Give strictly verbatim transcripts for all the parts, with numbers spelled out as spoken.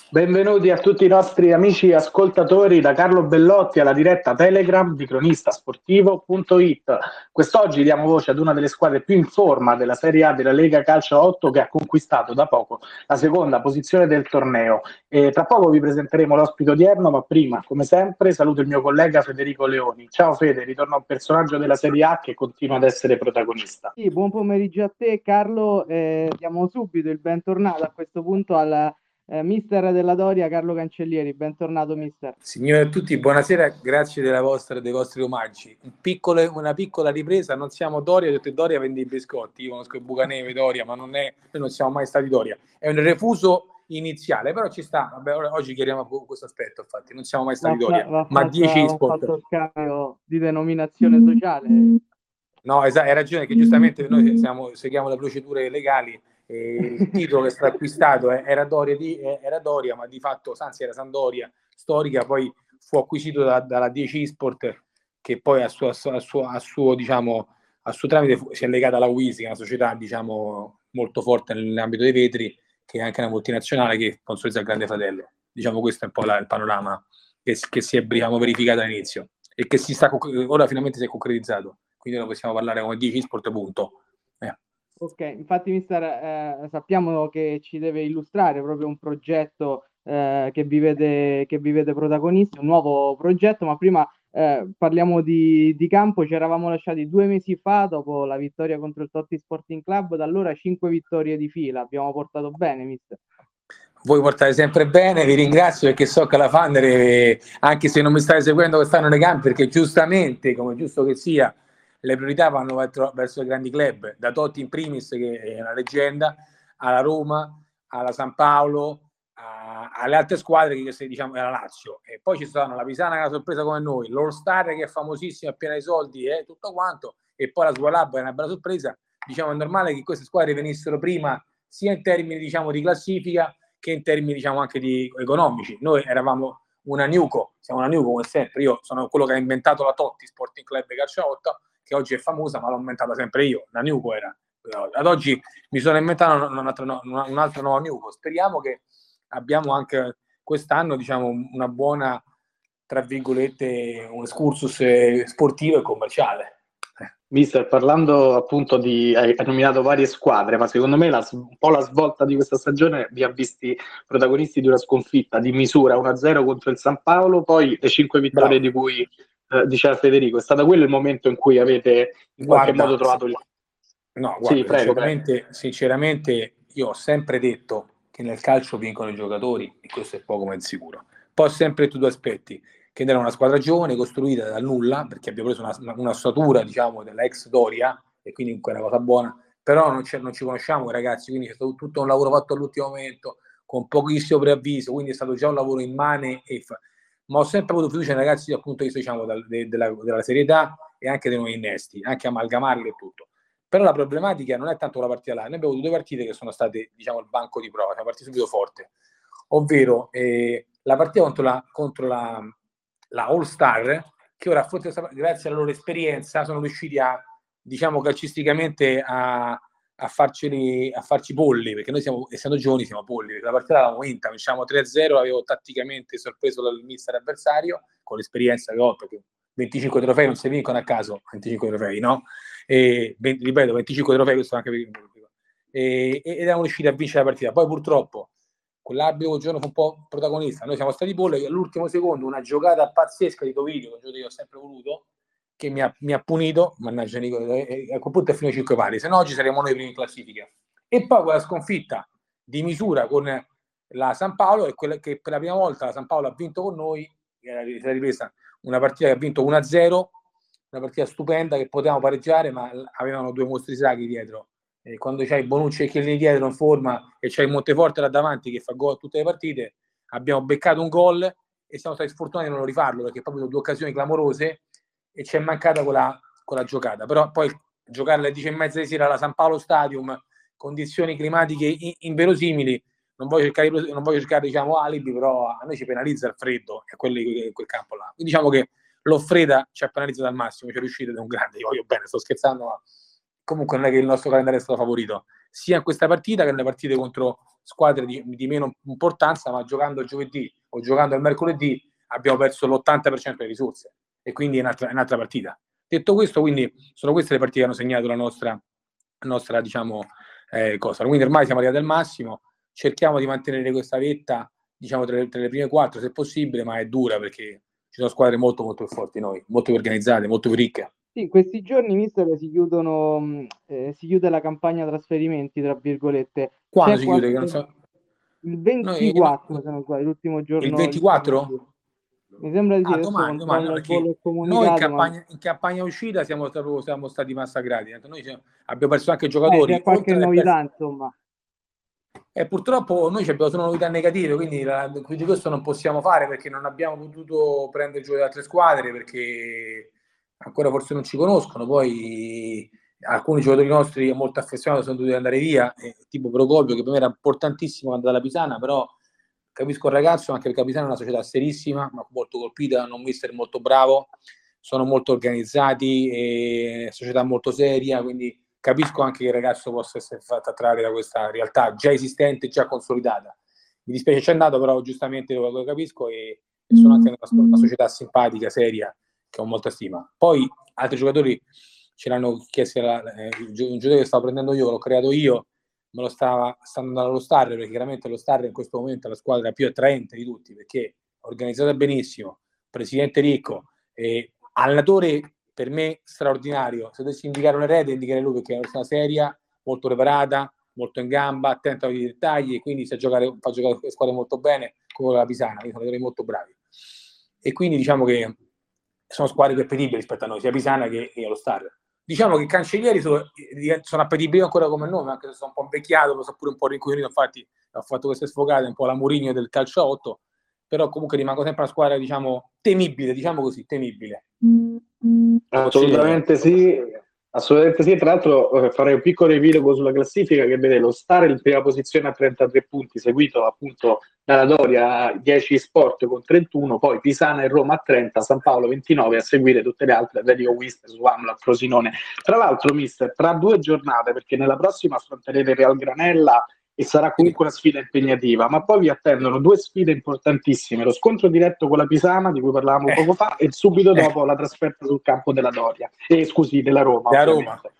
Benvenuti a tutti i nostri amici ascoltatori da Carlo Bellotti alla diretta Telegram di cronistasportivo punto it. Quest'oggi diamo voce ad una delle squadre più in forma della Serie A della Lega Calcio otto, che ha conquistato da poco la seconda posizione del torneo. E tra poco vi presenteremo l'ospite odierno, ma prima, come sempre, saluto il mio collega Federico Leoni. Ciao Fede, ritorna un personaggio della Serie A che continua ad essere protagonista. Sì, buon pomeriggio a te Carlo, eh, diamo subito il bentornato a questo punto al eh, mister della Doria, Carlo Cancellieri. Bentornato mister. Signori a tutti, buonasera, grazie della vostra, dei vostri omaggi. Un piccolo, una piccola ripresa, non siamo Doria, ho detto Doria vende i biscotti, io conosco il Bucaneve, Doria, ma non è, noi non siamo mai stati Doria. È un refuso iniziale, però ci sta, vabbè, oggi chiariamo questo aspetto, infatti, non siamo mai stati Va, Doria, va ma fatto, dieci va sport. fatto scambio di denominazione sociale. No, esatto, hai ragione che giustamente noi siamo, seguiamo le procedure legali. Eh, il titolo che è stato acquistato eh, era, Doria di, eh, era Doria, ma di fatto Sanzi era Sandoria storica, poi fu acquisito da, dalla dieci Sport, che poi a suo, a suo, a suo, diciamo, a suo tramite fu, si è legata alla Wisi, che è una società diciamo, molto forte nell'ambito dei vetri, che è anche una multinazionale che sponsorizza il Grande Fratello. Diciamo questo è un po' la, il panorama che, che si è diciamo, verificato all'inizio e che si sta, ora finalmente si è concretizzato. Quindi noi possiamo parlare come dieci Sport, punto. Eh. Ok, infatti mister, eh, sappiamo che ci deve illustrare proprio un progetto eh, che vi vede, che vi vede protagonisti, un nuovo progetto, ma prima eh, parliamo di, di campo. Ci eravamo lasciati due mesi fa dopo la vittoria contro il Totti Sporting Club, da allora cinque vittorie di fila, abbiamo portato bene mister. Voi portate sempre bene, vi ringrazio perché so che la Fandere, anche se non mi state seguendo quest'anno nei campi, perché giustamente, come giusto che sia, le priorità vanno verso i grandi club, da Totti in primis, che è una leggenda, alla Roma, alla San Paolo, a, alle altre squadre che se, diciamo è la Lazio, e poi ci sono la Pisana che è una sorpresa come noi, l'All Star che è famosissima, piena di soldi e eh, tutto quanto, e poi la Swalab è una bella sorpresa. Diciamo è normale che queste squadre venissero prima sia in termini diciamo di classifica che in termini diciamo anche di economici. Noi eravamo una Newco, siamo una Newco come sempre, io sono quello che ha inventato la Totti Sporting Club Calcio otto, che oggi è famosa ma l'ho inventata sempre io, la Newco era. Ad oggi mi sono inventato un'altra, un'altra nuova Newco, speriamo che abbiamo anche quest'anno diciamo una buona, tra virgolette, un excursus sportivo e commerciale. Mister, parlando appunto di, hai nominato varie squadre, ma secondo me la, un po' la svolta di questa stagione vi ha visti protagonisti di una sconfitta di misura uno a zero contro il San Paolo, poi le cinque vittorie Bravo. Di cui eh, diceva Federico. È stato quello il momento in cui avete in qualche Guarda, modo trovato il... No, guarda, sì, prego, sinceramente, prego. sinceramente io ho sempre detto che nel calcio vincono i giocatori e questo è poco ma è sicuro. Poi ho sempre detto due aspetti, che era una squadra giovane costruita dal nulla, perché abbiamo preso una, una ossatura diciamo della ex Doria e quindi è una cosa buona, però non, non ci conosciamo ragazzi, quindi è stato tutto un lavoro fatto all'ultimo momento con pochissimo preavviso, quindi è stato già un lavoro immane e fa... ma ho sempre avuto fiducia nei ragazzi dal punto di vista diciamo, dal, de, della, della serietà e anche dei nuovi innesti, anche amalgamarli e tutto. Però la problematica non è tanto la partita là, noi abbiamo avuto due partite che sono state diciamo il banco di prova, siamo partiti subito forte, ovvero eh, la partita contro la, contro la, la All Star, che ora forse grazie alla loro esperienza sono riusciti a diciamo calcisticamente a, a, farceli, a farci polli, perché noi siamo, essendo giovani siamo polli, perché la partita l'avevamo vinta, vinciamo tre a zero, avevo tatticamente sorpreso dal mister avversario con l'esperienza che ho, perché venticinque trofei non si vincono a caso, venticinque trofei, no? E, ripeto, venticinque trofei, questo anche e, ed erano riusciti a vincere la partita. Poi purtroppo quell'arbitro quel giorno fu un po' protagonista, noi siamo stati polli, all'ultimo secondo una giocata pazzesca di Tovidio, che io ho sempre voluto, che mi ha, mi ha punito, mannaggia Nico, e a quel punto è finito cinque pari, se no oggi saremmo noi primi in classifica. E poi quella sconfitta di misura con la San Paolo, è quella che per la prima volta la San Paolo ha vinto con noi, era ripresa una partita che ha vinto uno a zero, una partita stupenda che potevamo pareggiare, ma avevano due mostri sacri dietro. E quando c'hai Bonucci e Chiellini dietro in forma e c'hai Monteforte là davanti che fa gol a tutte le partite, abbiamo beccato un gol e siamo stati sfortunati di non rifarlo perché proprio due occasioni clamorose e ci è mancata quella, quella giocata. Però poi giocare alle dieci e mezza di sera alla San Paolo Stadium, condizioni climatiche inverosimili, non voglio cercare, non voglio cercare diciamo alibi, però a noi ci penalizza il freddo e quelli, quel campo là. Quindi diciamo che l'Offreda ci ha penalizzato al massimo, ci è riuscito ed è un grande, io voglio bene, sto scherzando, ma comunque non è che il nostro calendario è stato favorito, sia in questa partita che nelle partite contro squadre di, di meno importanza, ma giocando il giovedì o giocando il mercoledì abbiamo perso l'ottanta per cento delle risorse, e quindi è un'altra, è un'altra partita. Detto questo, quindi sono queste le partite che hanno segnato la nostra, la nostra diciamo, eh, cosa. Quindi ormai siamo arrivati al massimo, cerchiamo di mantenere questa vetta, diciamo, tra le, tra le prime quattro se possibile, ma è dura perché ci sono squadre molto molto più forti noi, molto più organizzate, molto più ricche. Sì, in questi giorni, mister, si chiudono, mh, eh, si chiude la campagna trasferimenti, tra virgolette. Quando C'è si chiude? Che qualche... non so... Il Noi, no, ventiquattro, se non sbaglio, l'ultimo il giorno ventiquattro? disponibile. Mi sembra di sì, Ah, adesso domani, domani, no, controllo al volo perché il noi in comunicato, ma campagna, in campagna uscita siamo, stati- siamo stati massacrati. Noi siamo- abbiamo perso anche eh, c'è giocatori, qualche oltre a perso. novità, insomma. E purtroppo noi abbiamo solo novità negative, quindi, la, quindi questo non possiamo fare perché non abbiamo potuto prendere gioco da altre squadre perché ancora forse non ci conoscono. Poi alcuni giocatori nostri molto affezionati sono dovuti andare via, eh, tipo Procopio, che per me era importantissimo quando andava alla Pisana, però capisco il ragazzo, anche perché Pisana è una società serissima, ma molto colpita, non mister molto bravo, sono molto organizzati, e società molto seria, quindi capisco anche che il ragazzo possa essere fatto attrarre da questa realtà già esistente, già consolidata. Mi dispiace c'è andato, però giustamente lo, lo capisco, e, e sono anche una, una società simpatica, seria, che ho molta stima. Poi altri giocatori ce l'hanno chiesto, eh, un giocatore che stavo prendendo io, l'ho creato io, me lo stava stando allo Star, perché chiaramente lo Star in questo momento è la squadra più attraente di tutti, perché è organizzata benissimo, presidente ricco, eh, allenatore per me straordinario. Se dovessi indicare un erede, indicherei lui, perché è una persona seria, molto preparata, molto in gamba, attento ai dettagli, e quindi sa giocare, fa giocare le squadre molto bene, come la Pisana, quindi sono giocatori molto bravi. E quindi diciamo che sono squadre più appetibili rispetto a noi, sia Pisana che, che allo Star. Diciamo che i Cancellieri sono, sono appetibili ancora come noi, anche se sono un po' invecchiato, lo so, pure un po' rincoglionito, infatti ho fatto queste sfogate, un po' la Mourinho del calcio a otto, però comunque rimango sempre una squadra, diciamo, temibile, diciamo così, temibile. Assolutamente sì, assolutamente sì. Tra l'altro eh, farei un piccolo riepilogo sulla classifica che vede lo Star in prima posizione a trentatré punti, seguito appunto dalla Doria a dieci Sport con trentuno, poi Pisana e Roma a trenta, San Paolo ventinove, a seguire tutte le altre, Atletico Wister, Swamla, Frosinone. Tra l'altro, mister, tra due giornate, perché nella prossima affronterete Real Granella e sarà comunque una sfida impegnativa, ma poi vi attendono due sfide importantissime: lo scontro diretto con la Pisana, di cui parlavamo Eh. poco fa, e subito dopo la trasferta sul campo della Doria, e scusi, della Roma, da ovviamente. Roma.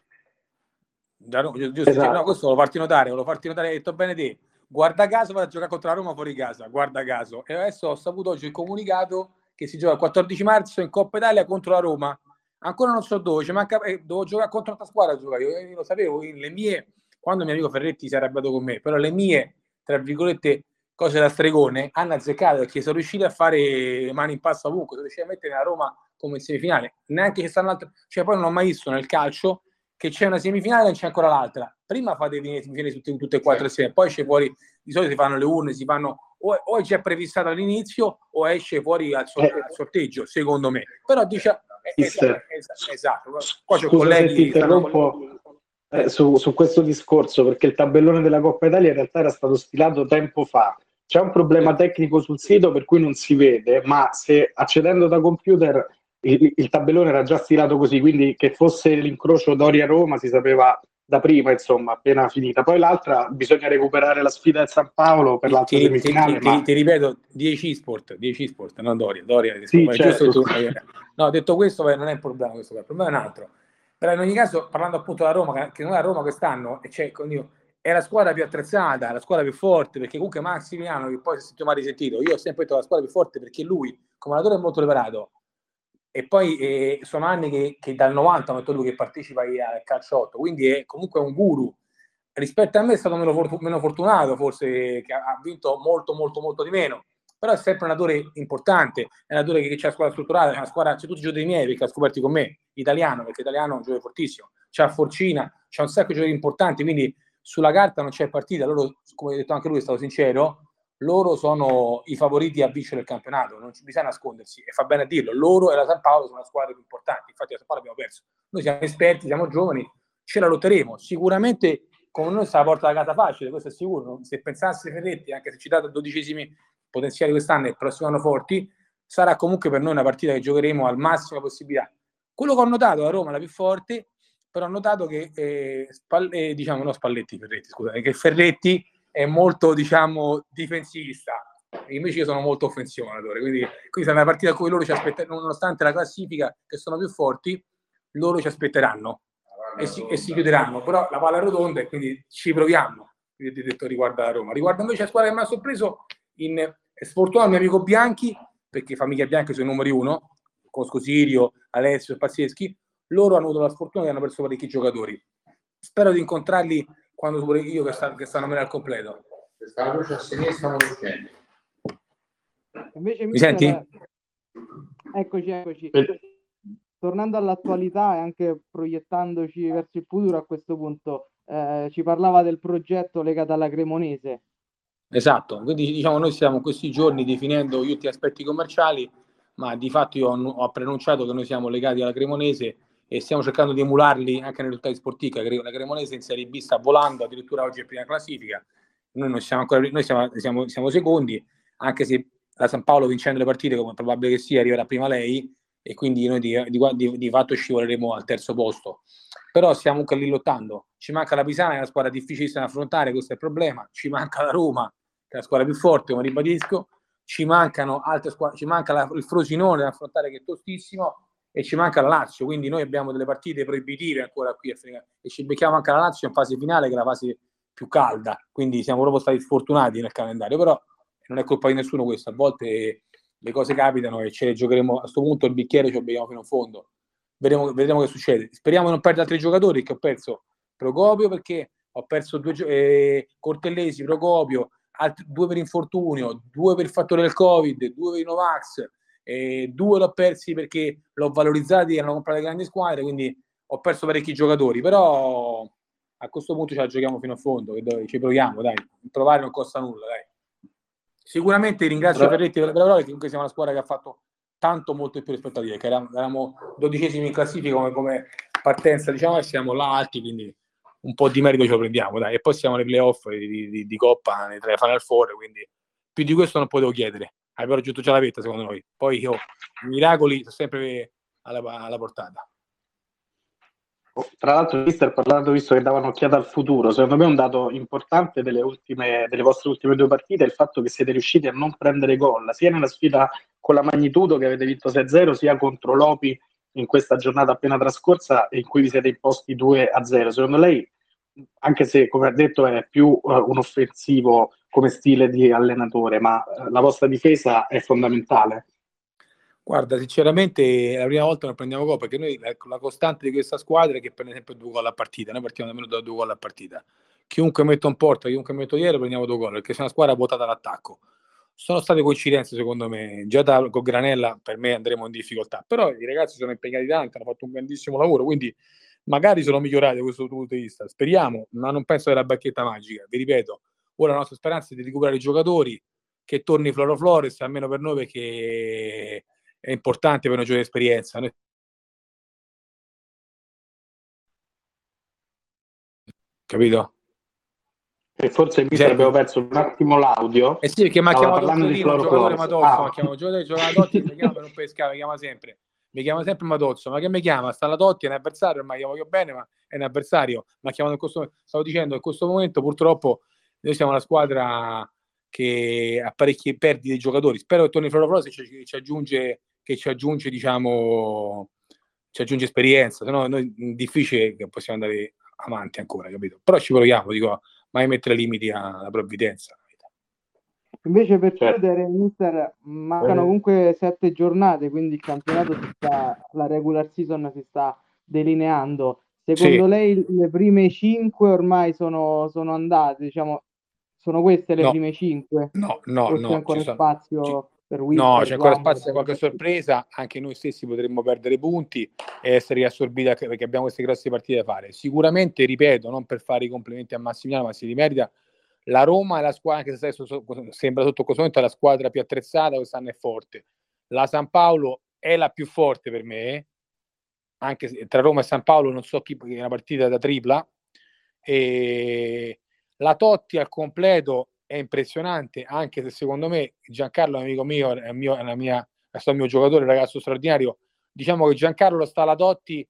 Da Roma. Giusto, Esatto. no, questo lo farti notare, lo farti notare, hai detto bene te. Guarda caso, vado a giocare contro la Roma fuori casa, guarda caso. E adesso ho saputo oggi il comunicato che si gioca il quattordici marzo in Coppa Italia contro la Roma. Ancora non so dove, ci manca, eh, devo giocare contro un'altra squadra, giocare. Io, io lo sapevo, le mie, quando mio amico Ferretti si è arrabbiato con me, però le mie, tra virgolette, cose da stregone hanno azzeccato, perché sono riusciti a fare mani in pasta ovunque, sono riusciti a mettere la Roma come in semifinale. Neanche ci stanno altre, cioè poi non ho mai visto nel calcio che c'è una semifinale e non c'è ancora l'altra. Prima fate le semifinali tutte, tutte e quattro assieme, poi c'è fuori, di solito si fanno le urne, si fanno o, o c'è prefissato all'inizio o esce fuori al, so, al sorteggio, secondo me. Però dice esatto, esatto, esatto. Qua c'ho Scusa se ti colleghi, stanno... interrompo eh, su, su questo discorso, perché il tabellone della Coppa Italia in realtà era stato stilato tempo fa. C'è un problema tecnico sul sito per cui non si vede, ma se accedendo da computer il, il tabellone era già stilato così, quindi che fosse l'incrocio Doria-Roma si sapeva da prima, insomma, appena finita. Poi l'altra, bisogna recuperare la sfida del San Paolo per l'altra ti, semifinale. ti, ti, ma... ti, ti ripeto, dieci Sport, dieci Sport, non Doria. Doria sì, ma certo. giusto tu, no, detto questo, beh, non è il problema, questo, il problema è un altro. Però in ogni caso, parlando appunto della Roma, che non è a Roma quest'anno, e c'è, io, è la squadra più attrezzata, la squadra più forte, perché comunque Massimiliano, che poi si è mai risentito, io ho sempre detto la squadra più forte perché lui, come allenatore, è molto preparato. E poi eh, sono anni che, che dal novanta ho detto lui che partecipa al calcio otto, quindi è comunque un guru. Rispetto a me è stato meno, fortu- meno fortunato, forse, che ha vinto molto molto molto di meno, però è sempre un allenatore importante, è un allenatore che, che c'è la squadra strutturata, c'è una squadra, c'è tutti i giocatori miei, perché ha scoperti con me, italiano, perché italiano è un giocatore fortissimo, c'è Forcina, c'è un sacco di giocatori importanti, quindi sulla carta non c'è partita. Loro, come ha detto anche lui, è stato sincero, loro sono i favoriti a vincere il campionato, non ci bisogna nascondersi, e fa bene a dirlo. Loro e la San Paolo sono le squadre più importanti, infatti la San Paolo abbiamo perso. Noi siamo esperti, siamo giovani, ce la lotteremo. Sicuramente con noi sta la porta da casa facile, questo è sicuro. Se pensasse Ferretti, anche se ci date dodicesimi potenziali quest'anno e il prossimo anno forti, sarà comunque per noi una partita che giocheremo al massimo possibilità. Quello che ho notato, la Roma è la più forte, però ho notato che eh, Spall- eh, diciamo no Spalletti, Ferretti, scusate, che Ferretti è molto, diciamo, difensivista, invece io sono molto offensivo allenatore, quindi questa è una partita a cui loro ci aspettano, nonostante la classifica che sono più forti, loro ci aspetteranno e si, e si chiuderanno, però la palla è rotonda e quindi ci proviamo. Quindi detto riguarda la Roma, riguarda invece la squadra che mi ha sorpreso, in è sfortunato il mio amico Bianchi, perché famiglia Bianchi sono i numeri uno, conosco Sirio, Alessio e Pazzeschi, loro hanno avuto la sfortuna che hanno perso parecchi giocatori. Spero di incontrarli quando pure io che, sta, che stanno meno al completo. Questa voce a sinistra non scende. Invece, Mi mister, senti? Eccoci, eccoci. Tornando all'attualità e anche proiettandoci verso il futuro, a questo punto eh, ci parlava del progetto legato alla Cremonese. Esatto, quindi diciamo noi stiamo questi giorni definendo gli ultimi aspetti commerciali, ma di fatto io ho, ho preannunciato che noi siamo legati alla Cremonese e stiamo cercando di emularli anche nei risultati sportivi. La Cremonese in Serie B sta volando, addirittura oggi è prima classifica, noi non siamo ancora, noi siamo, siamo, siamo secondi, anche se la San Paolo vincendo le partite, come è probabile che sia, arriverà prima lei e quindi noi di, di, di, di fatto scivoleremo al terzo posto. Però stiamo comunque lì lottando. Ci manca la Pisana, è una squadra difficilissima da affrontare, questo è il problema. Ci manca la Roma, che è la squadra più forte, come ribadisco. Ci mancano altre squadre, ci manca la, il Frosinone da affrontare, che è tostissimo, e ci manca la Lazio. Quindi noi abbiamo delle partite proibitive ancora qui a Frega, e ci becchiamo anche la Lazio in fase finale, che è la fase più calda. Quindi siamo proprio stati sfortunati nel calendario. Però non è colpa di nessuno questo. A volte le cose capitano e ce le giocheremo. A questo punto il bicchiere ce lo beviamo fino in fondo. Vedremo, vedremo che succede. Speriamo di non perdere altri giocatori, che ho perso Procopio perché ho perso due eh, Cortellesi, Procopio, altri, due per infortunio, due per il fattore del Covid, due per i Novax, eh, due l'ho persi perché l'ho valorizzati e hanno comprato le grandi squadre, quindi ho perso parecchi giocatori, però a questo punto ce la giochiamo fino a fondo, che ci proviamo, dai, provare non costa nulla, dai. Sicuramente ringrazio però... Ferretti per le parole, che comunque siamo una squadra che ha fatto tanto molto più rispetto a dire, che eravamo, eravamo dodicesimi in classifica come, come partenza, diciamo, e siamo là alti, quindi un po' di merito ce lo prendiamo, dai. E poi siamo nei playoff di, di, di Coppa, nei tre Final Four, quindi più di questo non potevo chiedere. Hai raggiunto già la vetta, secondo noi. Poi io, i miracoli sono sempre alla, alla portata. Tra l'altro, mister, parlando, visto che dava un'occhiata al futuro, secondo me un dato importante delle ultime, delle vostre ultime due partite è il fatto che siete riusciti a non prendere gol, sia nella sfida con la Magnitudo, che avete vinto sei a zero, sia contro l'Opi in questa giornata appena trascorsa, in cui vi siete imposti due a zero. Secondo lei, anche se, come ha detto, è più uh, un offensivo come stile di allenatore, ma uh, la vostra difesa è fondamentale? Guarda, sinceramente è la prima volta che non prendiamo gol, perché noi la, la costante di questa squadra è che prende sempre due gol a partita. Noi partiamo nemmeno da due gol a partita. Chiunque mette un porta, chiunque mette dietro, prendiamo due gol, perché siamo una squadra votata all'attacco. Sono state coincidenze, secondo me. Già da, con Granella per me andremo in difficoltà, però i ragazzi sono impegnati tanto, hanno fatto un grandissimo lavoro, quindi magari sono migliorati da questo punto di vista. Speriamo, ma non penso della bacchetta magica. Vi ripeto, ora la nostra speranza è di recuperare i giocatori, che torni Floro Flores, almeno per noi, perché è importante per una giovane esperienza. Noi... Capito? E forse mi abbiamo perso un attimo l'audio. Eh sì, perché mi ha chiamato un Torino, un giocatore Matozzo, ah. mi ha chiamato un giocatore, giocatore Totti, mi chiama per non pescare, mi chiama sempre. Mi chiama sempre Matozzo, ma che mi chiama? Sta la Totti, è un avversario, ma io voglio bene, ma è un avversario. Mi ha chiamato in questo, stavo dicendo, in questo momento purtroppo noi siamo una squadra che ha parecchie perdite di giocatori. Spero che torni Floro Flores e ci, ci aggiunge, che ci aggiunge, diciamo, ci aggiunge esperienza, se no noi è difficile che possiamo andare avanti ancora, capito? Però ci proviamo, dico, mai mettere limiti alla provvidenza. Invece per chiudere, mister, mancano comunque sette giornate, quindi il campionato si sta, la regular season si sta delineando. Secondo sì. lei le prime cinque ormai sono, sono andate, diciamo, sono queste le no. prime cinque? No, no, o no. c'è ancora sono, spazio ci, per Whisper, no, c'è ancora Slam, spazio per qualche sorpresa, anche noi stessi potremmo perdere punti e essere riassorbiti perché abbiamo queste grosse partite da fare. Sicuramente, ripeto, non per fare i complimenti a Massimiliano, ma si rimerita, la Roma è la squadra che adesso sembra sotto questo momento è la squadra più attrezzata, quest'anno è forte. La San Paolo è la più forte per me, anche se tra Roma e San Paolo non so chi, è una partita da tripla, e la Totti al completo è impressionante, anche se secondo me Giancarlo è un amico mio, è, mio, è, la mia, è stato il mio giocatore, ragazzo straordinario. Diciamo che Giancarlo sta alla Totti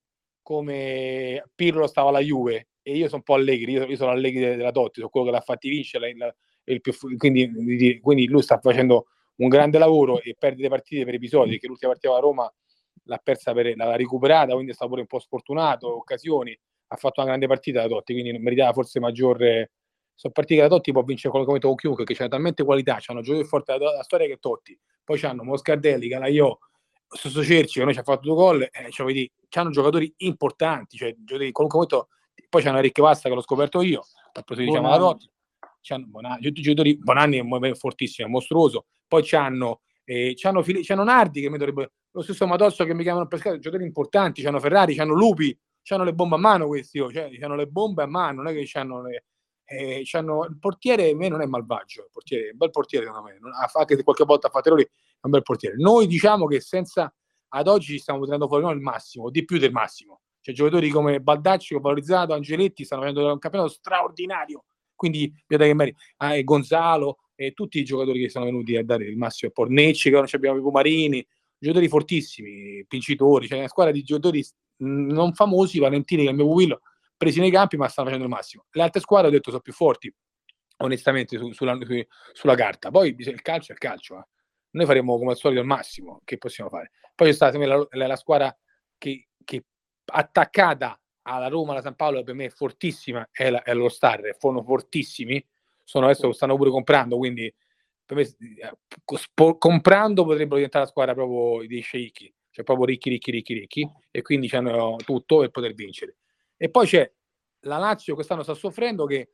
come Pirlo stava alla Juve e io sono un po' Allegri, io, io sono Allegri della Totti, sono quello che l'ha fatti vincere, la, la, il più, quindi, quindi lui sta facendo un grande lavoro e perde le partite per episodi, che l'ultima partita a Roma l'ha persa, per, l'ha recuperata, quindi è stato pure un po' sfortunato, occasioni, ha fatto una grande partita da Totti, quindi meritava forse maggiore. Sono partite da Totti, può vincere qualche con chiunque, che c'è talmente qualità, c'hanno giocatori forti la, la storia che Totti, poi c'hanno Moscardelli, Calaiò, stesso Cerci che noi ci ha fatto due gol, eh, cioè, vedi, c'hanno giocatori importanti, cioè giocatori, qualunque momento, poi c'hanno Enrique Vasta che l'ho scoperto io, diciamo la Totti, c'hanno Bonanni, tutti i giocatori, Bonanni è fortissimo, è mostruoso, poi c'hanno eh, c'hanno, c'hanno Nardi che mi dovrebbe, lo stesso Madosso che mi chiamano per pescare, giocatori importanti, c'hanno Ferrari, c'hanno Lupi, c'hanno le bombe a mano questi, oh, cioè c'hanno le bombe a mano, non è che c'hanno le, eh, c'hanno, il portiere a me non è malvagio, il portiere è un bel portiere secondo me, non, anche se qualche volta ha fatto errori, è un bel portiere. Noi diciamo che senza, ad oggi ci stiamo tirando fuori non il massimo, di più del massimo, cioè giocatori come Baldacci, valorizzato, Angeletti stanno facendo un campionato straordinario, quindi eh, Gonzalo e tutti i giocatori che sono venuti a dare il massimo, Pornecci, che non abbiamo i Pumarini, giocatori fortissimi, vincitori, c'è cioè una squadra di giocatori non famosi, Valentini che è il mio pupillo, presi nei campi ma stanno facendo il massimo. Le altre squadre ho detto sono più forti onestamente su, sulla, su, sulla carta, poi il calcio è il calcio, eh. Noi faremo come al solito il massimo che possiamo fare. Poi c'è stata la, la, la squadra che, che attaccata alla Roma, alla San Paolo, per me è fortissima, è, la, è lo Star, sono fortissimi, sono adesso stanno pure comprando, quindi per me spo, comprando potrebbero diventare la squadra proprio dei sceicchi, cioè proprio ricchi, ricchi, ricchi, ricchi, e quindi hanno tutto per poter vincere. E poi c'è la Lazio, quest'anno sta soffrendo che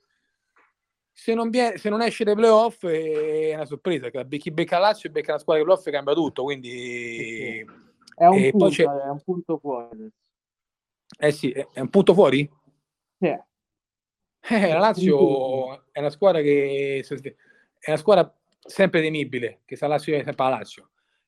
se non, viene, se non esce dai playoff è una sorpresa, che chi becca la Lazio e becca la squadra dei playoff cambia tutto, quindi sì, sì. È, un e punto, poi c'è... è un punto fuori. Eh sì, è un punto fuori? Sì. Eh, la Lazio è una squadra che è una squadra sempre temibile, che sa Lazio sempre la Lazio.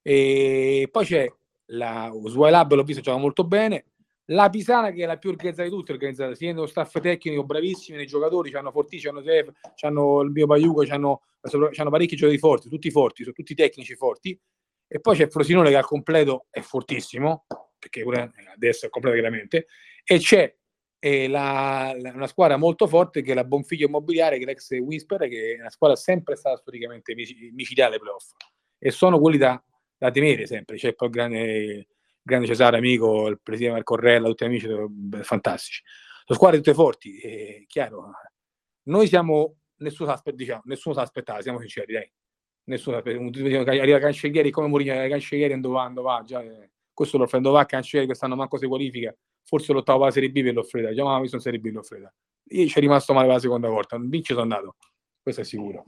E poi c'è la Swailab, l'ho visto, gioca molto bene. La Pisana, che è la più organizzata di tutte, organizzata sia nello staff tecnico, bravissimi nei giocatori, c'hanno Fortì, c'hanno Sef, c'hanno il mio Paiuco, c'hanno, c'hanno parecchi giocatori forti, tutti forti, sono tutti tecnici forti. E poi c'è Frosinone che al completo è fortissimo, perché pure adesso è completo chiaramente, e c'è e la, la, una squadra molto forte che è la Bonfiglio Immobiliare, che è l'ex Whisper, che è una squadra sempre stata storicamente micidiale ai playoff, e sono quelli da, da temere sempre. C'è poi il grande, grande Cesare amico, il presidente Marcorrella, tutti amici fantastici, sono squadre tutte forti, è chiaro. Noi siamo, nessuno sa diciamo, nessuno sa aspettare, siamo sinceri, dai. Nessuno arriva Cancellieri come Mourinho, Cancellieri dove va, va già, eh. Questo lo offrendo va, Cancellieri quest'anno manco si qualifica, forse l'ottavo per la Serie B per l'offrita, già ma visto in Serie B l'offrita, io ci è rimasto male la seconda volta, non vince sono andato, questo è sicuro.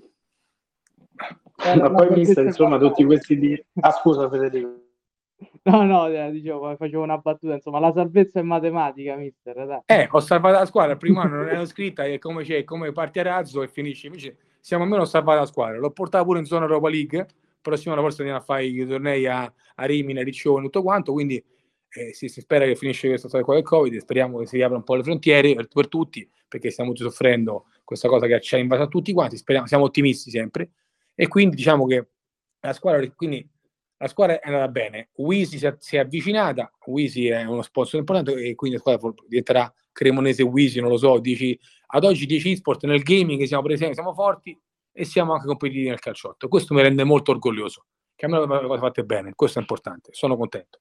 Eh, ma poi mister, insomma, tutti questi di... ah scusa Federico. No, no, dicevo, facevo una battuta, insomma, la salvezza è matematica, mister. Dai. Eh, ho salvato la squadra, il primo anno non ero scritta, e come c'è, come parti a razzo e finisci, invece siamo almeno salvati la squadra, l'ho portato pure in zona Europa League, prossima forse andiamo a fare i tornei a, a Rimini, a Riccione, tutto quanto, quindi eh, si, si spera che finisce questa storia qua del Covid, speriamo che si riapra un po' le frontiere per, per tutti, perché stiamo tutti soffrendo questa cosa che c'è in base a tutti quanti, speriamo, siamo ottimisti sempre, e quindi diciamo che la squadra, quindi la squadra è andata bene, Wisi si è, si è avvicinata, Wisi è uno sponsor importante e quindi la squadra diventerà Cremonese Wisi, non lo so, dieci, ad oggi dieci esport nel gaming, siamo presenti, siamo forti e siamo anche competitivi nel calciotto, questo mi rende molto orgoglioso, che a me le cose fatte bene, questo è importante, sono contento.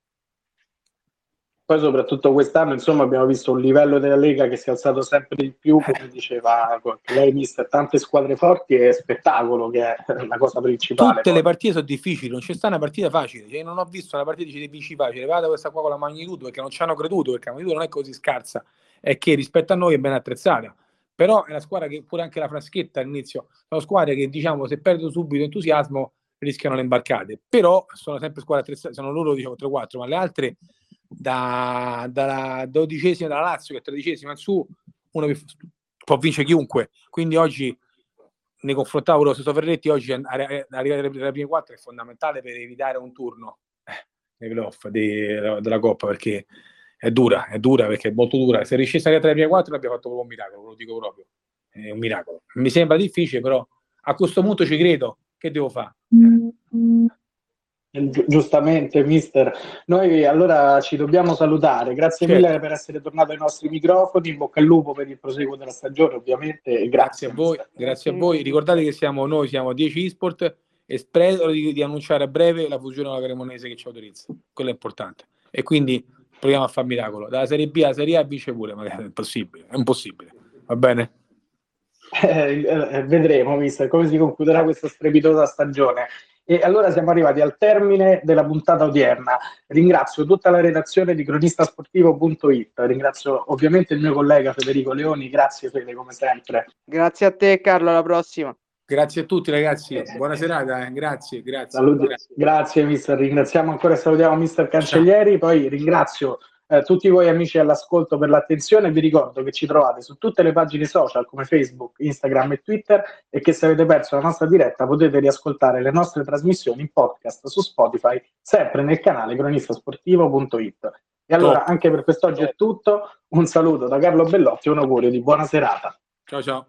Poi soprattutto quest'anno, insomma, abbiamo visto un livello della Lega che si è alzato sempre di più, come diceva lei, mister, tante squadre forti e spettacolo, che è la cosa principale. Tutte poi. le partite sono difficili, non c'è stata una partita facile, cioè, non ho visto una partita di vinci facile, guarda questa qua con la magnitudo, perché non ci hanno creduto, perché la magnitudo non è così scarsa, è che rispetto a noi è ben attrezzata, però è una squadra che pure anche la Fraschetta all'inizio, sono squadre che diciamo se perdono subito entusiasmo rischiano le imbarcate, però sono sempre squadre attrezzate, sono loro diciamo tre quattro, ma le altre da, dalla dodicesima dalla Lazio che è tredicesima in su uno può vincere chiunque, quindi oggi ne confrontavo lo stesso Ferretti, oggi arrivare alle prime quattro è fondamentale per evitare un turno eh, nei playoff de, della Coppa, perché è dura, è dura perché è molto dura, se riuscisse a arrivare alle prime quattro abbiamo fatto proprio un miracolo, ve lo dico proprio, è un miracolo, mi sembra difficile però a questo punto ci credo, che devo fare? Gi- giustamente, mister. Noi allora ci dobbiamo salutare. Grazie Certo. mille per essere tornato ai nostri microfoni. In bocca al lupo per il proseguo della stagione, ovviamente. E Grazie grazie, a voi, mister. grazie a voi. Ricordate che siamo noi, siamo dieci eSport e spero di, di annunciare a breve la fusione con la Cremonese che ci autorizza. Quello è importante. E quindi proviamo a fare miracolo. Dalla Serie B alla Serie A vince pure, magari è impossibile, è impossibile. Va bene? Eh, eh, vedremo, mister, come si concluderà questa strepitosa stagione. E allora siamo arrivati al termine della puntata odierna. Ringrazio tutta la redazione di cronistasportivo punto it, ringrazio ovviamente il mio collega Federico Leoni. Grazie Fede, come sempre. Grazie a te Carlo, alla prossima. Grazie a tutti ragazzi, buona serata, eh. grazie, grazie. Saluti. grazie. Grazie mister, ringraziamo ancora e salutiamo mister Cancellieri, poi ringrazio eh, tutti voi amici all'ascolto per l'attenzione. Vi ricordo che ci trovate su tutte le pagine social come Facebook, Instagram e Twitter, e che se avete perso la nostra diretta potete riascoltare le nostre trasmissioni in podcast su Spotify, sempre nel canale cronistasportivo punto it. E allora Top. anche per quest'oggi è tutto, un saluto da Carlo Bellotti e un augurio di buona serata. Ciao ciao.